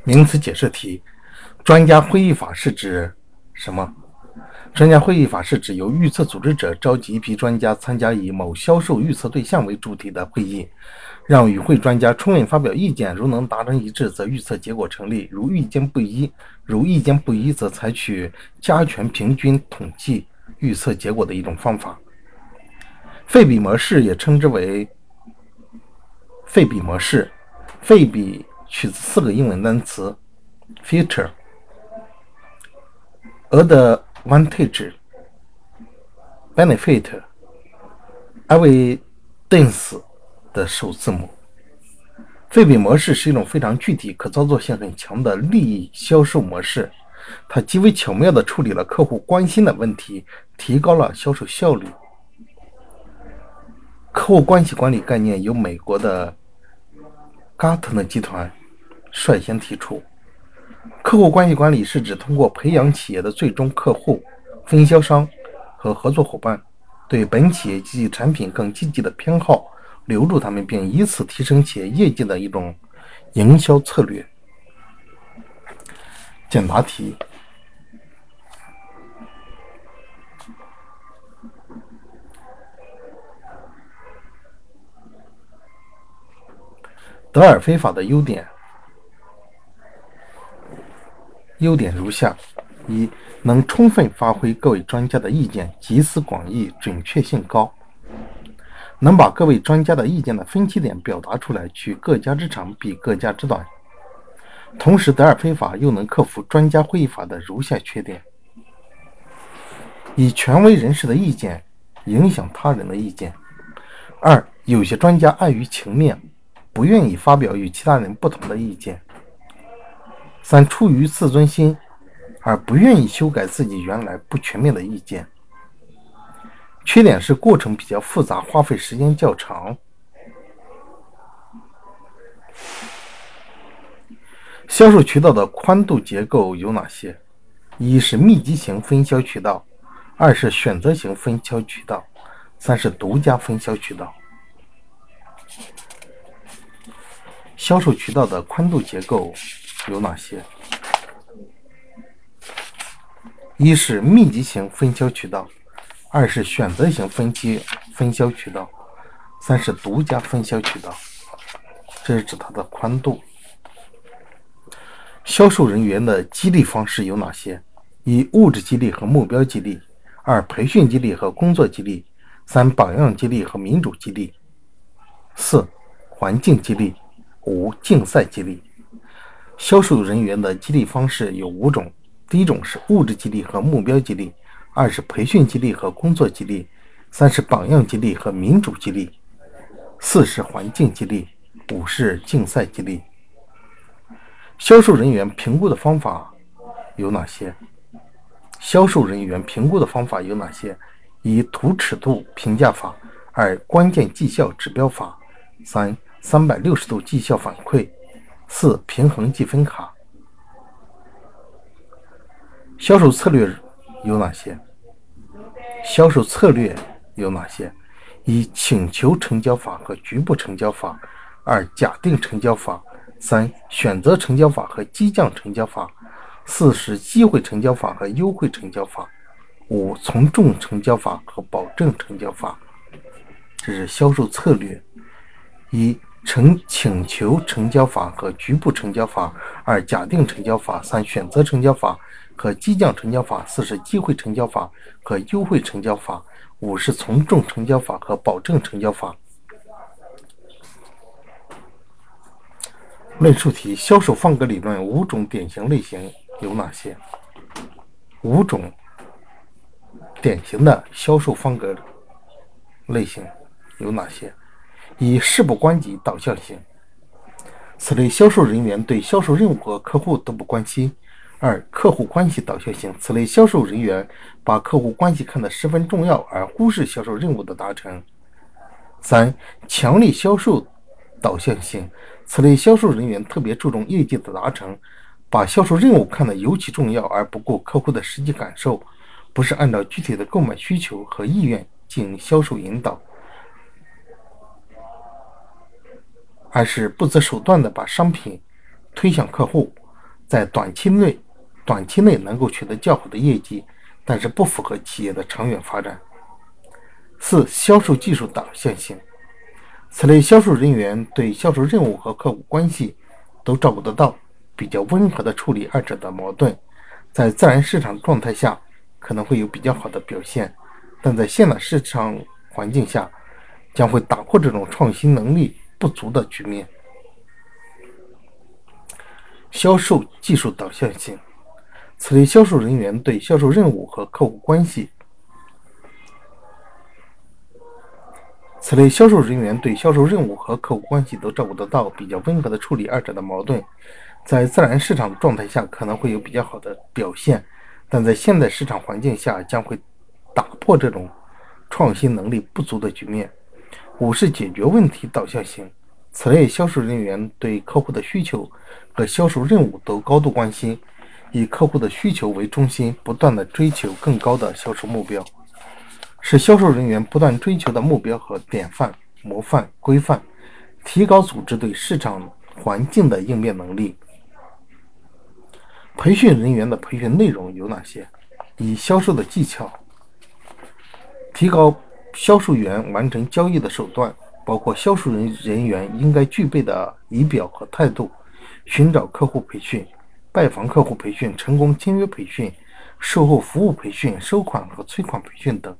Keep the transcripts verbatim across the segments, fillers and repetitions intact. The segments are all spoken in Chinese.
名词解释题：专家会议法是指什么？专家会议法是指由预测组织者召集一批专家参加以某销售预测对象为主体的会议，让与会专家充分发表意见，如能达成一致，则预测结果成立；如意见不一，如意见不一，则采取加权平均统计预测结果的一种方法。费比模式也称之为费比模式，费比取自四个英文单词 feature、 advantage、 benefit、 evidence 的首字母。费比模式是一种非常具体、可操作性很强的利益销售模式，它极为巧妙地处理了客户关心的问题，提高了销售效率。客户关系管理概念由美国的 Gartner 集团率先提出。客户关系管理是指通过培养企业的最终客户、分销商和合作伙伴，对本企业及其产品更积极的偏好，留住他们，并以此提升企业业绩的一种营销策略。简答题：德尔菲法的优点，优点如下：一、能充分发挥各位专家的意见，集思广益，准确性高，能把各位专家的意见的分歧点表达出来，取各家之长，比各家之短。同时，德尔菲法又能克服专家会议法的如下缺点：以权威人士的意见影响他人的意见；二、有些专家碍于情面，不愿意发表与其他人不同的意见；三、出于自尊心而不愿意修改自己原来不全面的意见。缺点是过程比较复杂，花费时间较长。销售渠道的宽度结构有哪些？一是密集型分销渠道，二是选择型分销渠道，三是独家分销渠道。销售渠道的宽度结构有哪些？一是密集型分销渠道，二是选择型分期分销渠道，三是独家分销渠道。这是指它的宽度。销售人员的激励方式有哪些？一、物质激励和目标激励；二、培训激励和工作激励；三、榜样激励和民主激励；四、环境激励；五、竞赛激励。销售人员的激励方式有五种：第一种是物质激励和目标激励；二是培训激励和工作激励；三是榜样激励和民主激励；四是环境激励；五是竞赛激励。销售人员评估的方法有哪些？销售人员评估的方法有哪些？一、图尺度评价法；二、关键绩效指标法；三、三百六十度绩效反馈；四、平衡计分卡。销售策略有哪些？销售策略有哪些？一、请求成交法和局部成交法；二、假定成交法；三、选择成交法和激将成交法；四是机会成交法和优惠成交法；五、从众成交法和保证成交法。这是销售策略：一、成请求成交法和局部成交法；二、假定成交法；三、选择成交法和激将成交法；四是机会成交法和优惠成交法；五是从众成交法和保证成交法。论述题：销售方格理论五种典型类型有哪些？五种典型的销售方格类型有哪些？一、事不关己导向型，此类销售人员对销售任务和客户都不关心。二、客户关系导向型，此类销售人员把客户关系看得十分重要，而忽视销售任务的达成。三、强力销售导向型，此类销售人员特别注重业绩的达成，把销售任务看得尤其重要，而不顾客户的实际感受，不是按照具体的购买需求和意愿进行销售引导，而是不择手段地把商品推向客户， 在短期内短期内能够取得较好的业绩，但是不符合企业的长远发展。四、销售技术导向性。此类销售人员对销售任务和客户关系都照顾得到，比较温和地处理二者的矛盾，在自然市场状态下可能会有比较好的表现，但在现在市场环境下将会打破这种创新能力不足的局面。销售技术导向性。此类销售人员对销售任务和客户关系此类销售人员对销售任务和客户关系都照顾得到，比较温和地处理二者的矛盾，在自然市场状态下可能会有比较好的表现，但在现在市场环境下将会打破这种创新能力不足的局面。五是解决问题导向型。此类销售人员对客户的需求和销售任务都高度关心，以客户的需求为中心，不断地追求更高的销售目标，是销售人员不断追求的目标和典范、模范、规范，提高组织对市场环境的应变能力。培训人员的培训内容有哪些？一、销售的技巧，提高销售员完成交易的手段，包括销售人员应该具备的仪表和态度，寻找客户培训、拜访客户培训、成功签约培训、售后服务培训、收款和催款培训等。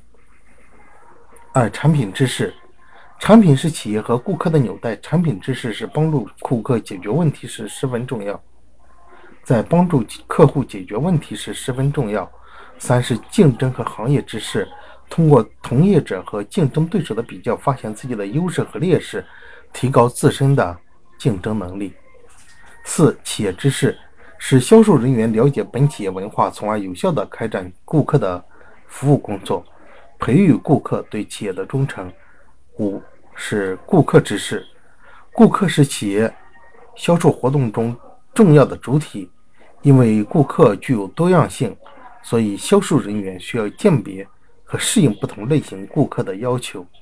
二、产品知识。产品是企业和顾客的纽带，产品知识是帮助顾客解决问题时十分重要，在帮助客户解决问题时十分重要。三是竞争和行业知识，通过同业者和竞争对手的比较，发现自己的优势和劣势，提高自身的竞争能力。四、企业知识，使销售人员了解本企业文化，从而有效地开展顾客的服务工作，培育顾客对企业的忠诚。五是顾客知识，顾客是企业销售活动中重要的主体，因为顾客具有多样性，所以销售人员需要鉴别和适应不同类型顾客的要求。